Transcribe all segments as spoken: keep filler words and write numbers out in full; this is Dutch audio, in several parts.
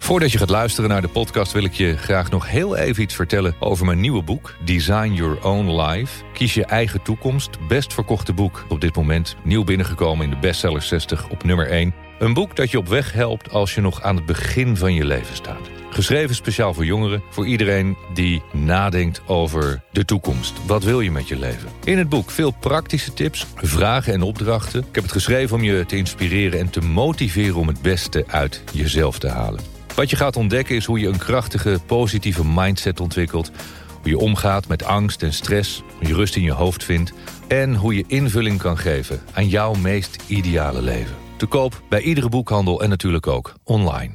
Voordat je gaat luisteren naar de podcast wil ik je graag nog heel even iets vertellen over mijn nieuwe boek Design Your Own Life. Kies je eigen toekomst. Best verkochte boek op dit moment. Nieuw binnengekomen in de bestseller zestig op nummer één. Een boek dat je op weg helpt als je nog aan het begin van je leven staat. Geschreven speciaal voor jongeren, voor iedereen die nadenkt over de toekomst. Wat wil je met je leven? In het boek veel praktische tips, vragen en opdrachten. Ik heb het geschreven om je te inspireren en te motiveren om het beste uit jezelf te halen. Wat je gaat ontdekken is hoe je een krachtige, positieve mindset ontwikkelt. Hoe je omgaat met angst en stress, hoe je rust in je hoofd vindt. En hoe je invulling kan geven aan jouw meest ideale leven. Te koop bij iedere boekhandel en natuurlijk ook online.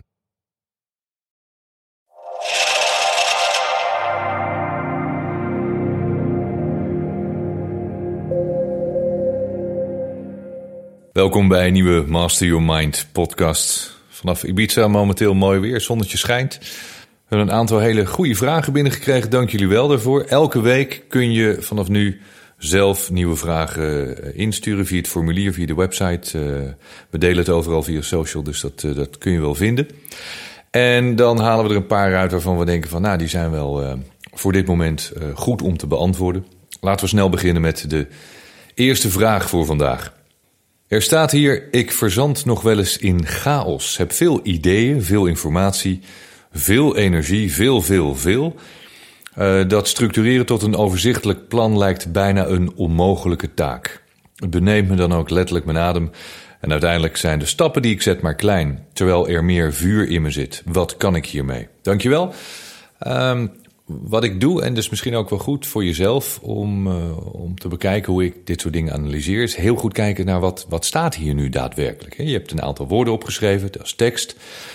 Welkom bij een nieuwe Master Your Mind podcast. Vanaf Ibiza momenteel mooi weer, zonnetje schijnt. We hebben een aantal hele goede vragen binnengekregen, dank jullie wel daarvoor. Elke week kun je vanaf nu zelf nieuwe vragen insturen via het formulier, via de website. We delen het overal via social, dus dat, dat kun je wel vinden. En dan halen we er een paar uit waarvan we denken van, nou, die zijn wel uh, voor dit moment uh, goed om te beantwoorden. Laten we snel beginnen met de eerste vraag voor vandaag. Er staat hier, ik verzand nog wel eens in chaos. Heb veel ideeën, veel informatie, veel energie, veel, veel, veel. Uh, dat structureren tot een overzichtelijk plan lijkt bijna een onmogelijke taak. Het beneemt me dan ook letterlijk mijn adem. En uiteindelijk zijn de stappen die ik zet maar klein, terwijl er meer vuur in me zit. Wat kan ik hiermee? Dankjewel. Um, wat ik doe, en dus misschien ook wel goed voor jezelf om, uh, om te bekijken hoe ik dit soort dingen analyseer, is heel goed kijken naar wat, wat staat hier nu daadwerkelijk. Je hebt een aantal woorden opgeschreven, dat is tekst.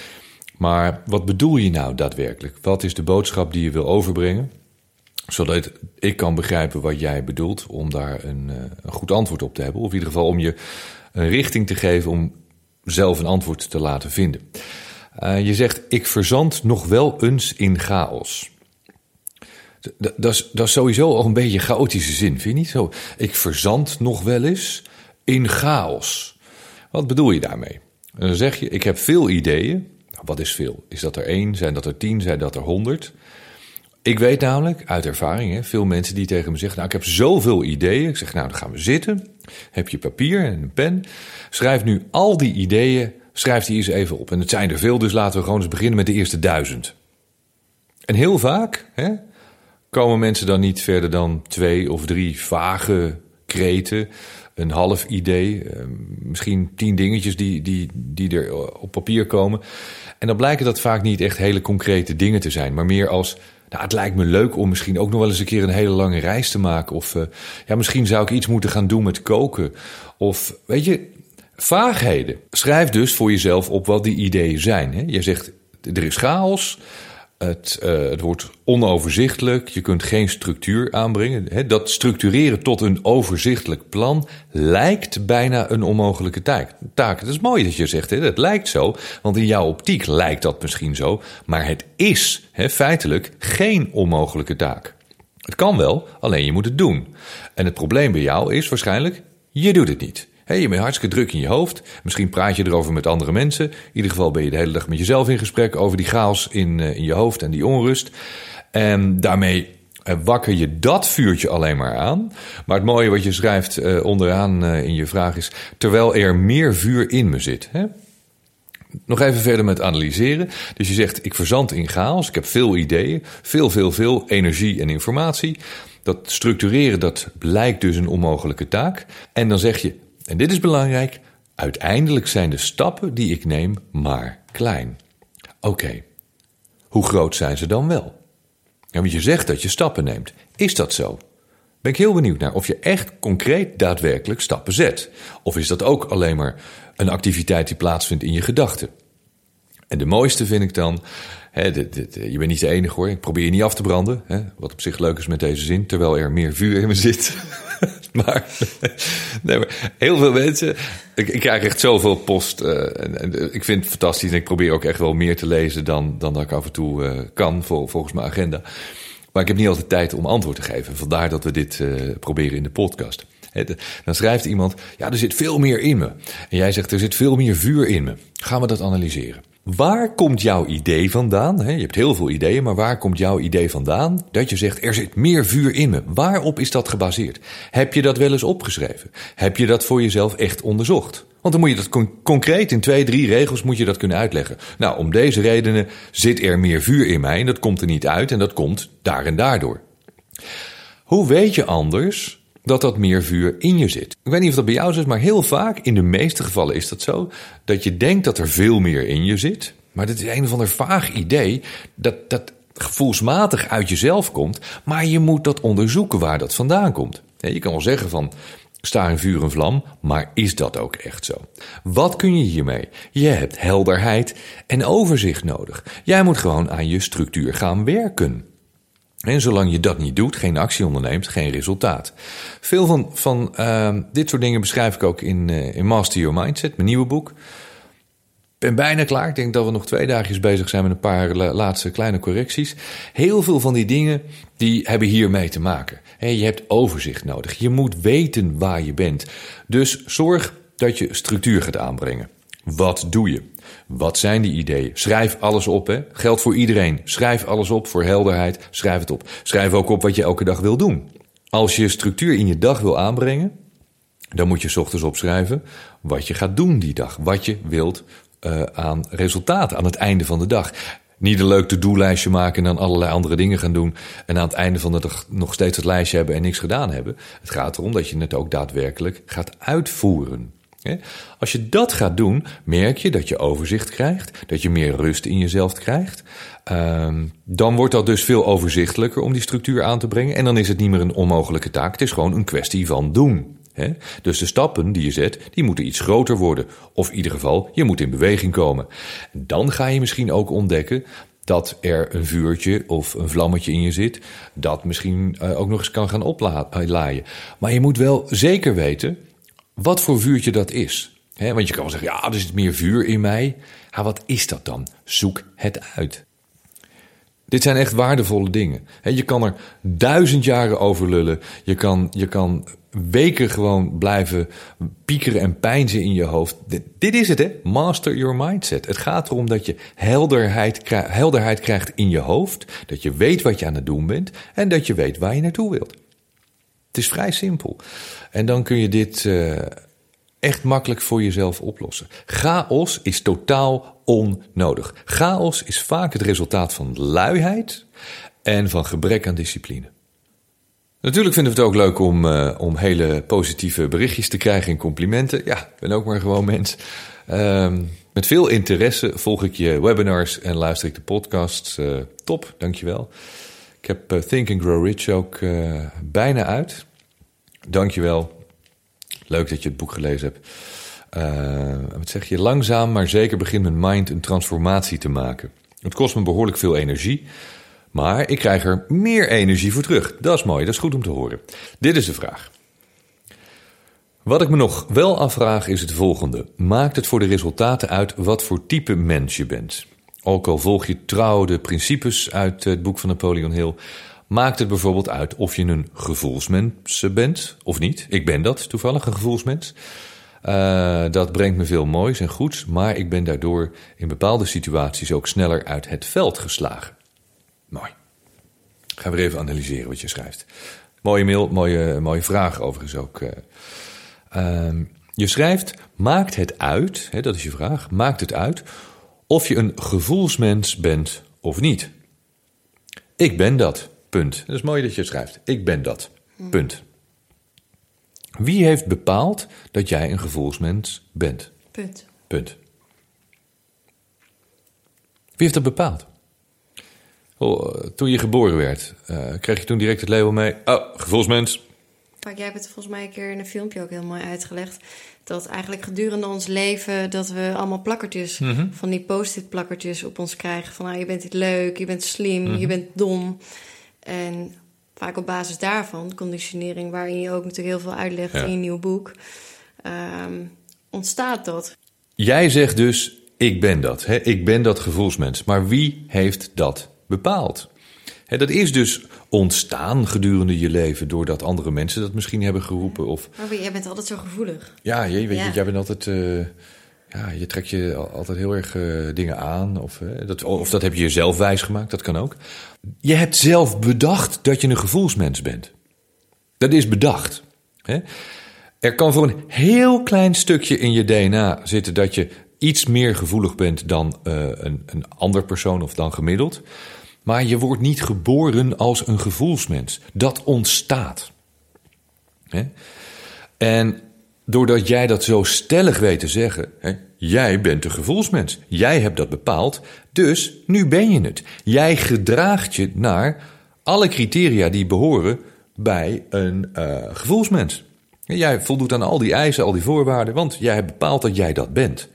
Maar wat bedoel je nou daadwerkelijk? Wat is de boodschap die je wil overbrengen? Zodat ik kan begrijpen wat jij bedoelt om daar een, een goed antwoord op te hebben. Of in ieder geval om je een richting te geven om zelf een antwoord te laten vinden. Uh, je zegt, ik verzand nog wel eens in chaos. Dat, dat, is, dat is sowieso al een beetje een chaotische zin, vind je niet zo? Ik verzand nog wel eens in chaos. Wat bedoel je daarmee? En dan zeg je, ik heb veel ideeën. Nou, wat is veel? Is dat er één? Zijn dat er tien? Zijn dat er honderd? Ik weet namelijk, uit ervaring, hè, veel mensen die tegen me zeggen, nou, ik heb zoveel ideeën. Ik zeg, nou, dan gaan we zitten. Heb je papier en een pen. Schrijf nu al die ideeën, schrijf die eens even op. En het zijn er veel, dus laten we gewoon eens beginnen met de eerste duizend. En heel vaak, hè, komen mensen dan niet verder dan twee of drie vage kreten, een half idee, uh, misschien tien dingetjes die, die, die er op papier komen. En dan blijken dat vaak niet echt hele concrete dingen te zijn, maar meer als, nou, het lijkt me leuk om misschien ook nog wel eens een keer een hele lange reis te maken. Of uh, ja, misschien zou ik iets moeten gaan doen met koken. Of, weet je, vaagheden. Schrijf dus voor jezelf op wat die ideeën zijn. Hè? Je zegt, er is chaos. Het, uh, het wordt onoverzichtelijk, je kunt geen structuur aanbrengen. He, dat structureren tot een overzichtelijk plan lijkt bijna een onmogelijke taak. taak. Het is mooi dat je zegt, he, dat lijkt zo, want in jouw optiek lijkt dat misschien zo. Maar het is he, feitelijk geen onmogelijke taak. Het kan wel, alleen je moet het doen. En het probleem bij jou is waarschijnlijk, je doet het niet. Hey, je bent hartstikke druk in je hoofd. Misschien praat je erover met andere mensen. In ieder geval ben je de hele dag met jezelf in gesprek over die chaos in, uh, in je hoofd en die onrust. En daarmee uh, wakker je dat vuurtje alleen maar aan. Maar het mooie wat je schrijft uh, onderaan uh, in je vraag is, terwijl er meer vuur in me zit. Hè? Nog even verder met analyseren. Dus je zegt, ik verzand in chaos. Ik heb veel ideeën. Veel, veel, veel energie en informatie. Dat structureren, dat blijkt dus een onmogelijke taak. En dan zeg je, en dit is belangrijk, uiteindelijk zijn de stappen die ik neem maar klein. Oké, okay. Hoe groot zijn ze dan wel? Ja, want je zegt dat je stappen neemt. Is dat zo? Ben ik heel benieuwd naar of je echt concreet daadwerkelijk stappen zet. Of is dat ook alleen maar een activiteit die plaatsvindt in je gedachten? En de mooiste vind ik dan, hè, dit, dit, je bent niet de enige hoor, ik probeer je niet af te branden. Hè, wat op zich leuk is met deze zin, terwijl er meer vuur in me zit. maar, nee, maar heel veel mensen, ik, ik krijg echt zoveel post. Uh, en, en ik vind het fantastisch en ik probeer ook echt wel meer te lezen dan, dan dat ik af en toe uh, kan, vol, volgens mijn agenda. Maar ik heb niet altijd tijd om antwoord te geven. Vandaar dat we dit uh, proberen in de podcast. He, de, dan schrijft iemand, ja, er zit veel meer in me. En jij zegt, er zit veel meer vuur in me. Gaan we dat analyseren? Waar komt jouw idee vandaan? Je hebt heel veel ideeën, maar waar komt jouw idee vandaan? Dat je zegt, er zit meer vuur in me. Waarop is dat gebaseerd? Heb je dat wel eens opgeschreven? Heb je dat voor jezelf echt onderzocht? Want dan moet je dat con- concreet in twee, drie regels moet je dat kunnen uitleggen. Nou, om deze redenen zit er meer vuur in mij en dat komt er niet uit en dat komt daar en daardoor. Hoe weet je anders dat dat meer vuur in je zit? Ik weet niet of dat bij jou zo is, maar heel vaak, in de meeste gevallen is dat zo, dat je denkt dat er veel meer in je zit, maar dat is een of ander vaag idee dat, dat gevoelsmatig uit jezelf komt, maar je moet dat onderzoeken waar dat vandaan komt. Je kan wel zeggen van, sta in vuur en vlam, maar is dat ook echt zo? Wat kun je hiermee? Je hebt helderheid en overzicht nodig. Jij moet gewoon aan je structuur gaan werken. En zolang je dat niet doet, geen actie onderneemt, geen resultaat. Veel van, van uh, dit soort dingen beschrijf ik ook in, uh, in Master Your Mindset, mijn nieuwe boek. Ik ben bijna klaar. Ik denk dat we nog twee dagjes bezig zijn met een paar la- laatste kleine correcties. Heel veel van die dingen die hebben hiermee te maken. He, je hebt overzicht nodig. Je moet weten waar je bent. Dus zorg dat je structuur gaat aanbrengen. Wat doe je? Wat zijn die ideeën? Schrijf alles op. Hè? Geldt voor iedereen. Schrijf alles op voor helderheid. Schrijf het op. Schrijf ook op wat je elke dag wil doen. Als je structuur in je dag wil aanbrengen, dan moet je 's ochtends opschrijven wat je gaat doen die dag. Wat je wilt uh, aan resultaten aan het einde van de dag. Niet een leuk to-do-lijstje maken en dan allerlei andere dingen gaan doen en aan het einde van de dag nog steeds het lijstje hebben en niks gedaan hebben. Het gaat erom dat je het ook daadwerkelijk gaat uitvoeren. Als je dat gaat doen, merk je dat je overzicht krijgt, dat je meer rust in jezelf krijgt. Um, dan wordt dat dus veel overzichtelijker om die structuur aan te brengen. En dan is het niet meer een onmogelijke taak, het is gewoon een kwestie van doen. He? Dus de stappen die je zet, die moeten iets groter worden. Of in ieder geval, je moet in beweging komen. Dan ga je misschien ook ontdekken dat er een vuurtje of een vlammetje in je zit, dat misschien uh, ook nog eens kan gaan oplaaien. Maar je moet wel zeker weten wat voor vuurtje dat is. He? Want je kan wel zeggen, ja, er zit meer vuur in mij. Ja, wat is dat dan? Zoek het uit. Dit zijn echt waardevolle dingen. Je kan er duizend jaren over lullen. Je kan, je kan weken gewoon blijven piekeren en peinzen in je hoofd. Dit, dit is het, hè? Master your mindset. Het gaat erom dat je helderheid, helderheid krijgt in je hoofd. Dat je weet wat je aan het doen bent. En dat je weet waar je naartoe wilt. Het is vrij simpel. En dan kun je dit uh, echt makkelijk voor jezelf oplossen. Chaos is totaal onnodig. Chaos is vaak het resultaat van luiheid en van gebrek aan discipline. Natuurlijk vinden we het ook leuk om, uh, om hele positieve berichtjes te krijgen en complimenten. Ja, ik ben ook maar gewoon mens. Uh, met veel interesse volg ik je webinars en luister ik de podcasts. Uh, top, dankjewel. Ik heb uh, Think and Grow Rich ook uh, bijna uit. Dankjewel. Leuk dat je het boek gelezen hebt. Uh, wat zeg je? Langzaam maar zeker begint mijn mind een transformatie te maken. Het kost me behoorlijk veel energie, maar ik krijg er meer energie voor terug. Dat is mooi, dat is goed om te horen. Dit is de vraag. Wat ik me nog wel afvraag is het volgende. Maakt het voor de resultaten uit wat voor type mens je bent? Ook al volg je trouw de principes uit het boek van Napoleon Hill, maakt het bijvoorbeeld uit of je een gevoelsmens bent of niet. Ik ben dat, toevallig, een gevoelsmens. Uh, dat brengt me veel moois en goeds, maar ik ben daardoor in bepaalde situaties ook sneller uit het veld geslagen. Mooi. Gaan we even analyseren wat je schrijft. Mooie mail, mooie, mooie vraag overigens ook. Uh, uh, je schrijft, maakt het uit, hè, dat is je vraag, maakt het uit of je een gevoelsmens bent of niet. Ik ben dat, punt. Dat is mooi dat je het schrijft. Ik ben dat, punt. Wie heeft bepaald dat jij een gevoelsmens bent? Punt. Punt. Wie heeft dat bepaald? Oh, toen je geboren werd, uh, kreeg je toen direct het label mee? Oh, gevoelsmens. Kijk, jij hebt het volgens mij een keer in een filmpje ook heel mooi uitgelegd. Dat eigenlijk gedurende ons leven dat we allemaal plakkertjes, mm-hmm. van die post-it plakkertjes op ons krijgen. Van nou, je bent niet leuk, je bent slim, mm-hmm. je bent dom. En vaak op basis daarvan, conditionering, waarin je ook natuurlijk heel veel uitlegt ja. in je nieuw boek, um, ontstaat dat. Jij zegt dus, ik ben dat. Hè? Ik ben dat gevoelsmens. Maar wie heeft dat bepaald? Hè, dat is dus ontstaan gedurende je leven doordat andere mensen dat misschien hebben geroepen. Of... Maar jij bent altijd zo gevoelig. Ja, je weet, ja. jij bent altijd... Uh, ja, je trekt je altijd heel erg uh, dingen aan. Of, uh, dat, of dat heb je jezelf wijsgemaakt, dat kan ook. Je hebt zelf bedacht dat je een gevoelsmens bent. Dat is bedacht. Hè? Er kan voor een heel klein stukje in je D N A zitten dat je iets meer gevoelig bent dan uh, een, een ander persoon of dan gemiddeld. Maar je wordt niet geboren als een gevoelsmens. Dat ontstaat. Hè? En doordat jij dat zo stellig weet te zeggen, hè, jij bent een gevoelsmens. Jij hebt dat bepaald, dus nu ben je het. Jij gedraagt je naar alle criteria die behoren bij een uh, gevoelsmens. Jij voldoet aan al die eisen, al die voorwaarden, want jij hebt bepaald dat jij dat bent.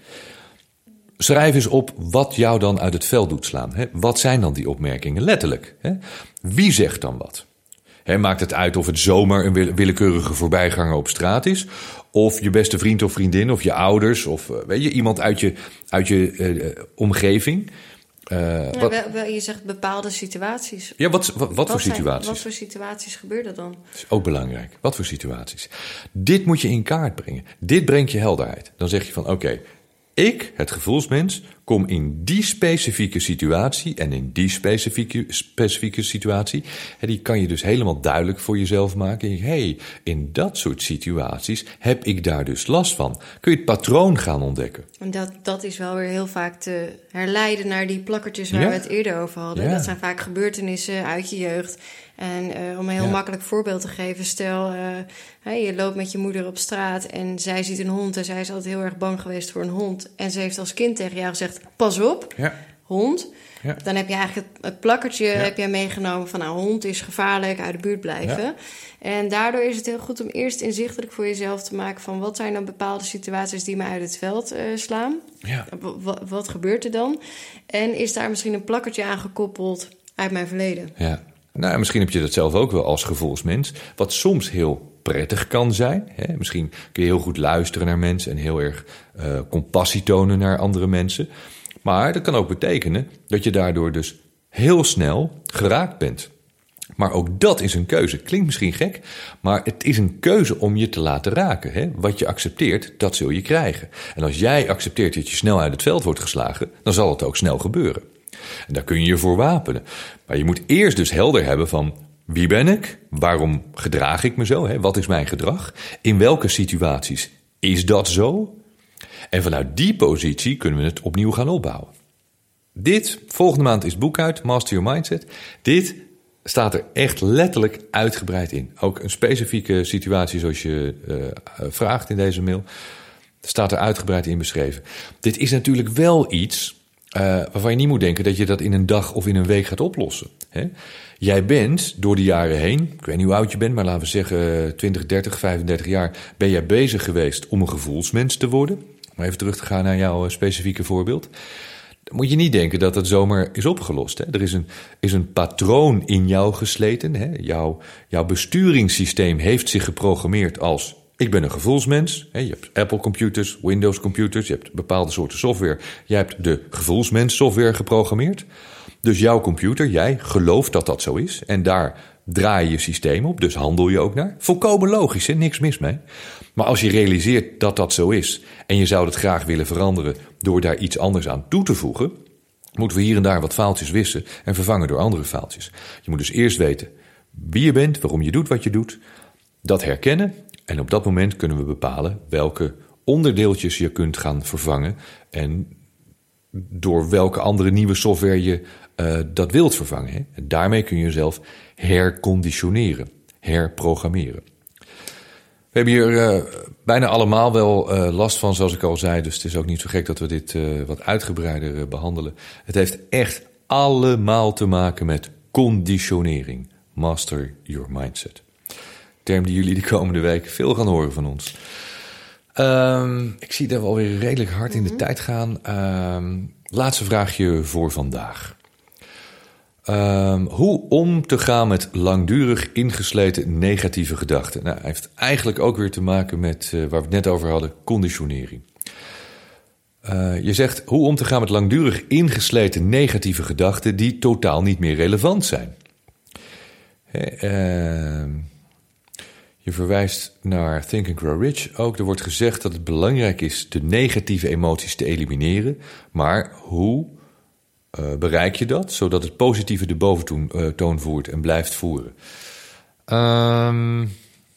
Schrijf eens op wat jou dan uit het veld doet slaan. Hè? Wat zijn dan die opmerkingen? Letterlijk. Hè? Wie zegt dan wat? Hè, maakt het uit of het zomaar een willekeurige voorbijganger op straat is? Of je beste vriend of vriendin of je ouders of uh, weet je, iemand uit je, uit je uh, omgeving? Uh, ja, wat... wel, wel, je zegt bepaalde situaties. Ja, wat, wat, wat, wat voor zijn, situaties? Wat voor situaties gebeuren dan? Dat is ook belangrijk. Wat voor situaties? Dit moet je in kaart brengen. Dit brengt je helderheid. Dan zeg je van oké, okay, ik, het gevoelsmens, kom in die specifieke situatie en in die specifieke, specifieke situatie. En die kan je dus helemaal duidelijk voor jezelf maken. Hé, hey, in dat soort situaties heb ik daar dus last van. Kun je het patroon gaan ontdekken. En dat, dat is wel weer heel vaak te herleiden naar die plakkertjes waar ja. we het eerder over hadden. Ja. Dat zijn vaak gebeurtenissen uit je jeugd. En uh, om een heel ja. makkelijk voorbeeld te geven, stel uh, hey, je loopt met je moeder op straat en zij ziet een hond en zij is altijd heel erg bang geweest voor een hond. En ze heeft als kind tegen jou gezegd, pas op, ja. hond. Ja. Dan heb je eigenlijk het, het plakkertje ja. heb jij meegenomen van nou, hond is gevaarlijk, uit de buurt blijven. Ja. En daardoor is het heel goed om eerst inzichtelijk voor jezelf te maken van wat zijn dan bepaalde situaties die me uit het veld uh, slaan. Ja. W- wat gebeurt er dan? En is daar misschien een plakkertje aan gekoppeld uit mijn verleden? Ja. Nou, misschien heb je dat zelf ook wel als gevoelsmens, wat soms heel prettig kan zijn. Hè? Misschien kun je heel goed luisteren naar mensen en heel erg uh, compassie tonen naar andere mensen. Maar dat kan ook betekenen dat je daardoor dus heel snel geraakt bent. Maar ook dat is een keuze. Klinkt misschien gek, maar het is een keuze om je te laten raken. Hè? Wat je accepteert, dat zul je krijgen. En als jij accepteert dat je snel uit het veld wordt geslagen, dan zal het ook snel gebeuren. En daar kun je je voor wapenen. Maar je moet eerst dus helder hebben van wie ben ik? Waarom gedraag ik me zo? Hè? Wat is mijn gedrag? In welke situaties is dat zo? En vanuit die positie kunnen we het opnieuw gaan opbouwen. Dit, volgende maand is het boek uit, Master Your Mindset. Dit staat er echt letterlijk uitgebreid in. Ook een specifieke situatie zoals je uh, vraagt in deze mail, staat er uitgebreid in beschreven. Dit is natuurlijk wel iets Uh, waarvan je niet moet denken dat je dat in een dag of in een week gaat oplossen. Hè? Jij bent door de jaren heen, ik weet niet hoe oud je bent, maar laten we zeggen twintig, dertig, vijfendertig jaar, ben jij bezig geweest om een gevoelsmens te worden. Om even terug te gaan naar jouw specifieke voorbeeld. Dan moet je niet denken dat het zomaar is opgelost. Hè? Er is een, is een patroon in jou gesleten. Hè? Jouw, jouw besturingssysteem heeft zich geprogrammeerd als ik ben een gevoelsmens. Je hebt Apple computers, Windows computers, je hebt bepaalde soorten software. Jij hebt de gevoelsmens software geprogrammeerd. Dus jouw computer, jij gelooft dat dat zo is. En daar draai je je systeem op, dus handel je ook naar. Volkomen logisch, hè? Niks mis mee. Maar als je realiseert dat dat zo is en je zou het graag willen veranderen door daar iets anders aan toe te voegen, moeten we hier en daar wat faaltjes wissen en vervangen door andere faaltjes. Je moet dus eerst weten wie je bent, waarom je doet wat je doet, dat herkennen. En op dat moment kunnen we bepalen welke onderdeeltjes je kunt gaan vervangen en door welke andere nieuwe software je uh, dat wilt vervangen. Hè? En daarmee kun je jezelf herconditioneren, herprogrammeren. We hebben hier uh, bijna allemaal wel uh, last van, zoals ik al zei. Dus het is ook niet zo gek dat we dit uh, wat uitgebreider uh, behandelen. Het heeft echt allemaal te maken met conditionering. Master your mindset. Term die jullie de komende week veel gaan horen van ons. Um, ik zie dat we alweer redelijk hard in de mm-hmm. tijd gaan. Um, laatste vraagje voor vandaag. Um, hoe om te gaan met langdurig ingesleten negatieve gedachten? Nou, hij heeft eigenlijk ook weer te maken met uh, waar we het net over hadden, conditionering. Uh, je zegt hoe om te gaan met langdurig ingesleten negatieve gedachten die totaal niet meer relevant zijn. He, uh, Je verwijst naar Think and Grow Rich ook. Er wordt gezegd dat het belangrijk is de negatieve emoties te elimineren. Maar hoe uh, bereik je dat, zodat het positieve de boventoon uh, toon voert en blijft voeren? Um,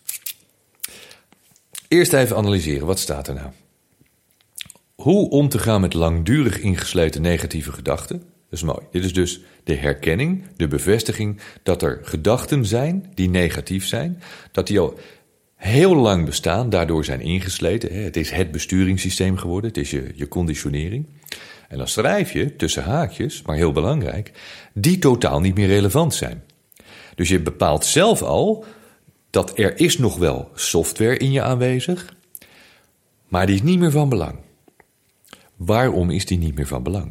eerst even analyseren. Wat staat er nou? Hoe om te gaan met langdurig ingesleten negatieve gedachten. Dat is mooi. Dit is dus de herkenning, de bevestiging dat er gedachten zijn die negatief zijn. Dat die al heel lang bestaan, daardoor zijn ingesleten. Het is het besturingssysteem geworden, het is je, je conditionering. En dan schrijf je, tussen haakjes, maar heel belangrijk, die totaal niet meer relevant zijn. Dus je bepaalt zelf al dat er is nog wel software in je aanwezig, maar die is niet meer van belang. Waarom is die niet meer van belang?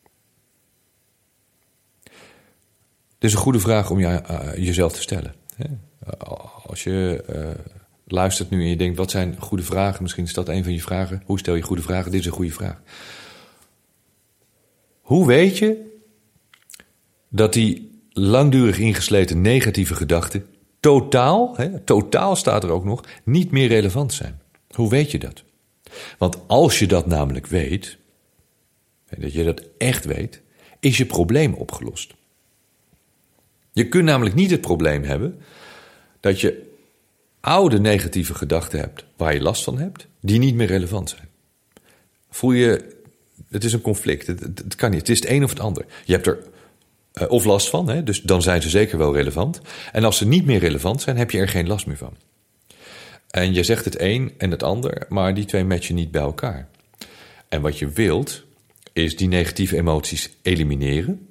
Dit is een goede vraag om je, uh, jezelf te stellen. Hè? Als je uh, luistert nu en je denkt, wat zijn goede vragen? Misschien is dat een van je vragen. Hoe stel je goede vragen? Dit is een goede vraag. Hoe weet je dat die langdurig ingesleten negatieve gedachten totaal, hè, totaal staat er ook nog, niet meer relevant zijn? Hoe weet je dat? Want als je dat namelijk weet, dat je dat echt weet, is je probleem opgelost. Je kunt namelijk niet het probleem hebben dat je oude negatieve gedachten hebt waar je last van hebt, die niet meer relevant zijn. Voel je, het is een conflict, het, het, het kan niet, het is het een of het ander. Je hebt er uh, of last van, hè, dus dan zijn ze zeker wel relevant. En als ze niet meer relevant zijn, heb je er geen last meer van. En je zegt het een en het ander, maar die twee matchen niet bij elkaar. En wat je wilt, is die negatieve emoties elimineren.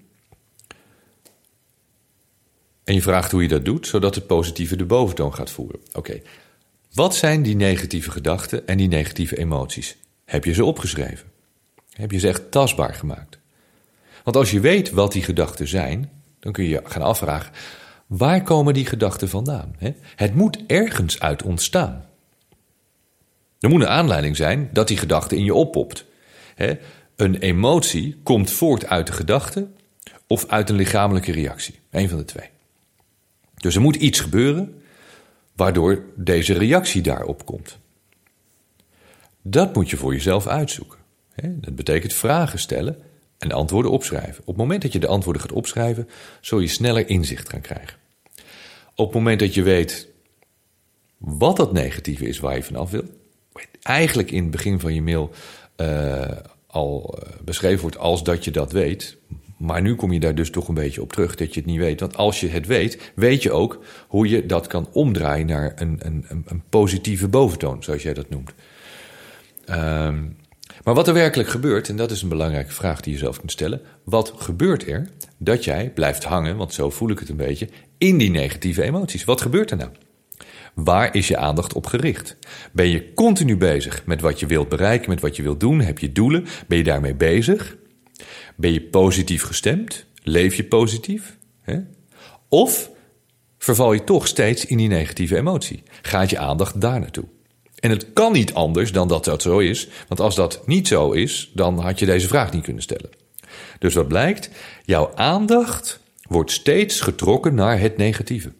En je vraagt hoe je dat doet, zodat het positieve de boventoon gaat voeren. Oké, okay. Wat zijn die negatieve gedachten en die negatieve emoties? Heb je ze opgeschreven? Heb je ze echt tastbaar gemaakt? Want als je weet wat die gedachten zijn, dan kun je je gaan afvragen, waar komen die gedachten vandaan? Het moet ergens uit ontstaan. Er moet een aanleiding zijn dat die gedachte in je oppopt. Een emotie komt voort uit de gedachte of uit een lichamelijke reactie. Eén van de twee. Dus er moet iets gebeuren waardoor deze reactie daarop komt. Dat moet je voor jezelf uitzoeken. Dat betekent vragen stellen en antwoorden opschrijven. Op het moment dat je de antwoorden gaat opschrijven, zul je sneller inzicht gaan krijgen. Op het moment dat je weet wat dat negatieve is waar je vanaf wil, eigenlijk in het begin van je mail uh, al beschreven wordt als dat je dat weet, maar nu kom je daar dus toch een beetje op terug dat je het niet weet. Want als je het weet, weet je ook hoe je dat kan omdraaien naar een, een, een positieve boventoon, zoals jij dat noemt. Um, maar wat er werkelijk gebeurt, en dat is een belangrijke vraag die je zelf kunt stellen, wat gebeurt er dat jij blijft hangen, want zo voel ik het een beetje, in die negatieve emoties? Wat gebeurt er nou? Waar is je aandacht op gericht? Ben je continu bezig met wat je wilt bereiken, met wat je wilt doen? Heb je doelen? Ben je daarmee bezig? Ben je positief gestemd? Leef je positief? Hè? Of verval je toch steeds in die negatieve emotie? Gaat je aandacht daar naartoe? En het kan niet anders dan dat dat zo is. Want als dat niet zo is, dan had je deze vraag niet kunnen stellen. Dus wat blijkt? Jouw aandacht wordt steeds getrokken naar het negatieve.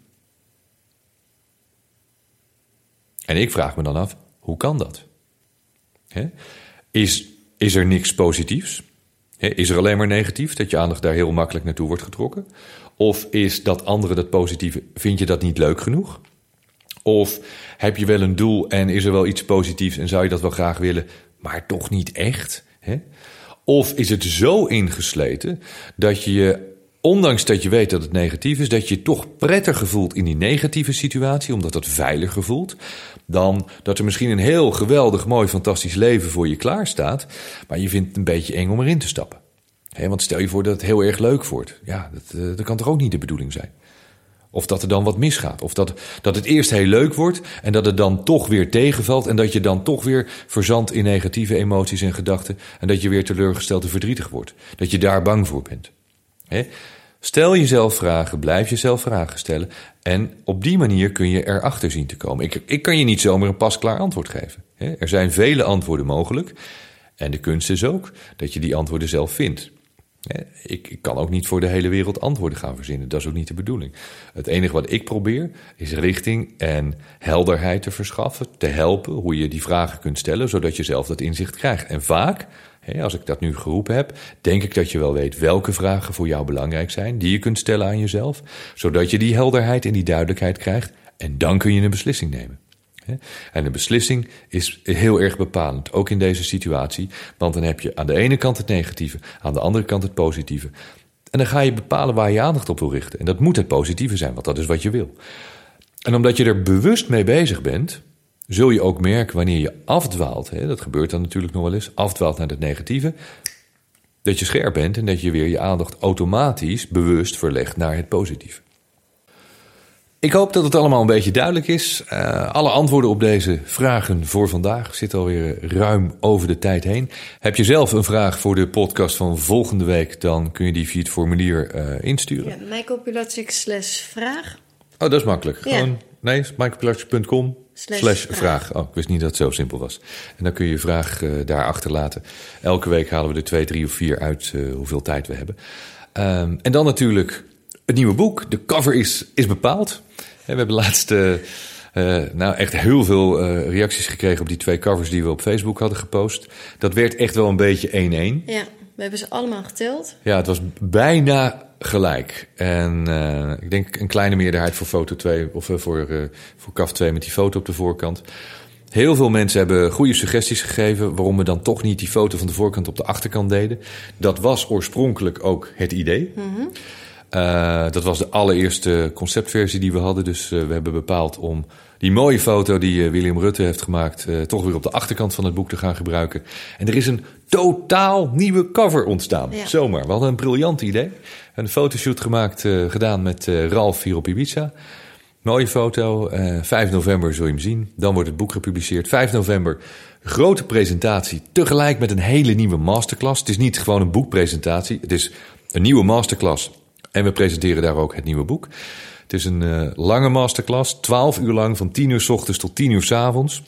En ik vraag me dan af, hoe kan dat? He? Is, is er niks positiefs? He? Is er alleen maar negatief, dat je aandacht daar heel makkelijk naartoe wordt getrokken? Of is dat andere, dat positieve, vind je dat niet leuk genoeg? Of heb je wel een doel en is er wel iets positiefs en zou je dat wel graag willen, maar toch niet echt? He? Of is het zo ingesleten dat je je, ondanks dat je weet dat het negatief is, dat je je toch prettiger voelt in die negatieve situatie, omdat het veiliger voelt, dan dat er misschien een heel geweldig, mooi, fantastisch leven voor je klaar staat, maar je vindt het een beetje eng om erin te stappen. He, want stel je voor dat het heel erg leuk wordt. Ja, dat, dat kan toch ook niet de bedoeling zijn? Of dat er dan wat misgaat. Of dat, dat het eerst heel leuk wordt en dat het dan toch weer tegenvalt en dat je dan toch weer verzandt in negatieve emoties en gedachten en dat je weer teleurgesteld en verdrietig wordt. Dat je daar bang voor bent. He? Stel jezelf vragen, blijf jezelf vragen stellen en op die manier kun je erachter zien te komen. Ik, ik kan je niet zomaar een pasklaar antwoord geven. He? Er zijn vele antwoorden mogelijk en de kunst is ook dat je die antwoorden zelf vindt. Ik, ik kan ook niet voor de hele wereld antwoorden gaan verzinnen. Dat is ook niet de bedoeling. Het enige wat ik probeer is richting en helderheid te verschaffen. Te helpen hoe je die vragen kunt stellen, zodat je zelf dat inzicht krijgt. En vaak, als ik dat nu geroepen heb, denk ik dat je wel weet welke vragen voor jou belangrijk zijn, die je kunt stellen aan jezelf, zodat je die helderheid en die duidelijkheid krijgt. En dan kun je een beslissing nemen. En de beslissing is heel erg bepalend, ook in deze situatie. Want dan heb je aan de ene kant het negatieve, aan de andere kant het positieve. En dan ga je bepalen waar je aandacht op wil richten. En dat moet het positieve zijn, want dat is wat je wil. En omdat je er bewust mee bezig bent, zul je ook merken wanneer je afdwaalt. Hè, dat gebeurt dan natuurlijk nog wel eens, afdwaalt naar het negatieve. Dat je scherp bent en dat je weer je aandacht automatisch bewust verlegt naar het positieve. Ik hoop dat het allemaal een beetje duidelijk is. Uh, alle antwoorden op deze vragen voor vandaag zitten alweer ruim over de tijd heen. Heb je zelf een vraag voor de podcast van volgende week, dan kun je die via het formulier uh, insturen. Ja, Michael slash vraag. Oh, dat is makkelijk. Ja. Gewoon, nee, michael punt com slash, slash vraag. vraag. Oh, ik wist niet dat het zo simpel was. En dan kun je je vraag uh, daar achterlaten. Elke week halen we er twee, drie of vier uit uh, hoeveel tijd we hebben. Um, en dan natuurlijk het nieuwe boek. De cover is, is bepaald. We hebben laatst uh, uh, nou echt heel veel uh, reacties gekregen op die twee covers die we op Facebook hadden gepost. Dat werd echt wel een beetje één-één. Ja, we hebben ze allemaal geteld. Ja, het was bijna gelijk. En uh, ik denk een kleine meerderheid voor foto twee of uh, voor, uh, voor C A F twee met die foto op de voorkant. Heel veel mensen hebben goede suggesties gegeven waarom we dan toch niet die foto van de voorkant op de achterkant deden. Dat was oorspronkelijk ook het idee. Mm-hmm. Uh, dat was de allereerste conceptversie die we hadden. Dus uh, we hebben bepaald om die mooie foto die uh, William Rutte heeft gemaakt Uh, toch weer op de achterkant van het boek te gaan gebruiken. En er is een totaal nieuwe cover ontstaan. Ja. Zomaar. We hadden een briljant idee. Een fotoshoot gemaakt, uh, gedaan met uh, Ralf hier op Ibiza. Mooie foto. Uh, vijf november zul je hem zien. Dan wordt het boek gepubliceerd. vijf november, grote presentatie. Tegelijk met een hele nieuwe masterclass. Het is niet gewoon een boekpresentatie. Het is een nieuwe masterclass. En we presenteren daar ook het nieuwe boek. Het is een uh, lange masterclass, twaalf uur lang, van tien uur 's ochtends tot tien uur 's avonds.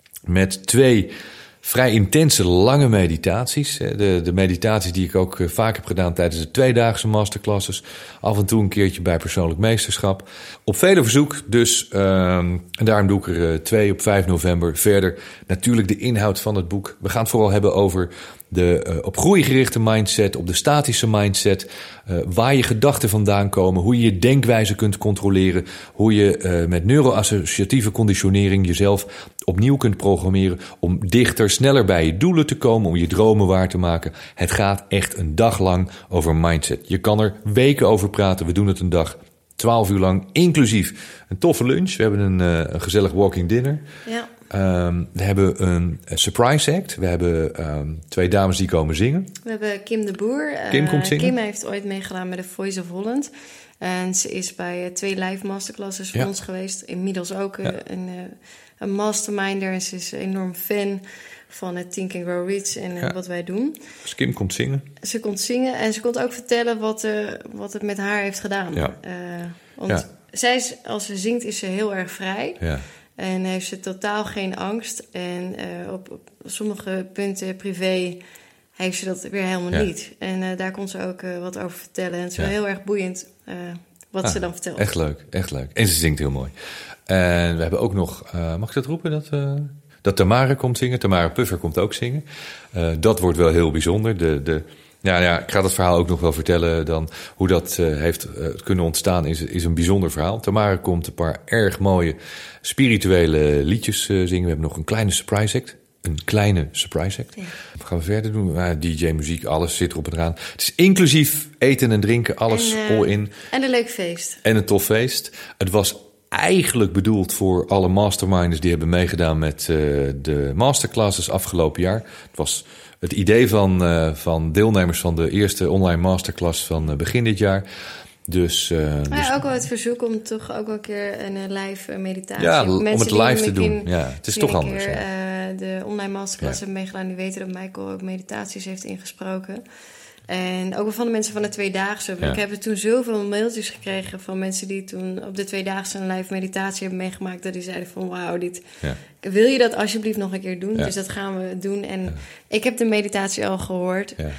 Met twee vrij intense, lange meditaties. De, de meditaties die ik ook uh, vaak heb gedaan tijdens de tweedaagse masterclasses. Af en toe een keertje bij persoonlijk meesterschap. Op vele verzoek dus. Uh, en daarom doe ik er uh, twee op vijf november. Verder natuurlijk de inhoud van het boek. We gaan het vooral hebben over de uh, op groei gerichte mindset, op de statische mindset, uh, waar je gedachten vandaan komen, hoe je je denkwijze kunt controleren, hoe je uh, met neuroassociatieve conditionering jezelf opnieuw kunt programmeren om dichter, sneller bij je doelen te komen, om je dromen waar te maken. Het gaat echt een dag lang over mindset. Je kan er weken over praten, we doen het een dag. Twaalf uur lang, inclusief een toffe lunch. We hebben een, uh, een gezellig walking dinner. Ja. Um, we hebben een, een surprise act. We hebben um, twee dames die komen zingen. We hebben Kim de Boer. Kim komt zingen. Kim heeft ooit meegedaan met de Voice of Holland. En ze is bij uh, twee live masterclasses van ja. ons geweest. Inmiddels ook uh, ja. een, uh, een masterminder. En ze is een enorm fan van het Think and Grow Rich en uh, ja. wat wij doen. Dus Kim komt zingen. Ze komt zingen en ze komt ook vertellen wat, uh, wat het met haar heeft gedaan. Ja. Uh, want ja. zij is, als ze zingt is ze heel erg vrij. Ja. En heeft ze totaal geen angst. En uh, op, op sommige punten privé heeft ze dat weer helemaal ja. niet. En uh, daar kon ze ook uh, wat over vertellen. En het is ja. wel heel erg boeiend uh, wat ah, ze dan vertelt. Echt leuk, echt leuk. En ze zingt heel mooi. En we hebben ook nog, uh, mag ik dat roepen? Dat, uh, dat Tamara komt zingen. Tamara Puffer komt ook zingen. Uh, dat wordt wel heel bijzonder. De... de Ja, ja, ik ga dat verhaal ook nog wel vertellen dan. Hoe dat uh, heeft uh, kunnen ontstaan is, is een bijzonder verhaal. Tamara komt een paar erg mooie spirituele liedjes uh, zingen. We hebben nog een kleine surprise act. Een kleine surprise act. Ja. Wat gaan we verder doen? Uh, D J, muziek, alles zit erop en eraan. Het is inclusief eten en drinken, alles en, uh, all in. En een leuk feest. En een tof feest. Het was eigenlijk bedoeld voor alle masterminders die hebben meegedaan met uh, de masterclasses afgelopen jaar. Het was het idee van, uh, van deelnemers van de eerste online masterclass van uh, begin dit jaar. Dus, uh, maar dus ook wel het verzoek om toch ook wel een keer een live meditatie. Ja, om het live te doen. Ja, het is toch een anders. Keer, Ja. Uh, de online masterclass ja. hebben meegedaan, die weten dat Michael ook meditaties heeft ingesproken. En ook wel van de mensen van de Tweedaagse. Ja. Ik heb toen zoveel mailtjes gekregen van mensen die toen op de Tweedaagse een live meditatie hebben meegemaakt. Dat die zeiden van wauw, dit ja. wil je dat alsjeblieft nog een keer doen? Ja. Dus dat gaan we doen. En ja. ik heb de meditatie al gehoord. Ja.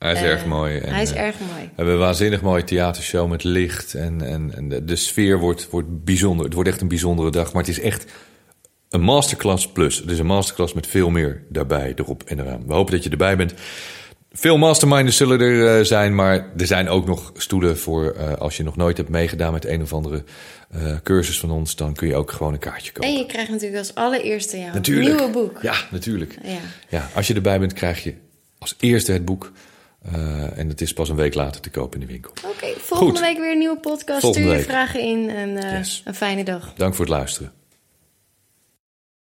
Hij is uh, erg mooi. En, hij is uh, erg mooi. We hebben een waanzinnig mooie theatershow met licht. En, en, en de, de sfeer wordt, wordt bijzonder. Het wordt echt een bijzondere dag. Maar het is echt een masterclass plus. Het is een masterclass met veel meer daarbij, erop en eraan. We hopen dat je erbij bent. Veel masterminders zullen er uh, zijn, maar er zijn ook nog stoelen voor uh, als je nog nooit hebt meegedaan met een of andere uh, cursus van ons, dan kun je ook gewoon een kaartje kopen. En je krijgt natuurlijk als allereerste jouw natuurlijk. nieuwe boek. Ja, natuurlijk. Ja. Ja, als je erbij bent, krijg je als eerste het boek. Uh, en het is pas een week later te kopen in de winkel. Oké, okay, volgende Goed. week weer een nieuwe podcast. Volgende Stuur je week. vragen in en uh, yes. een fijne dag. Dank voor het luisteren.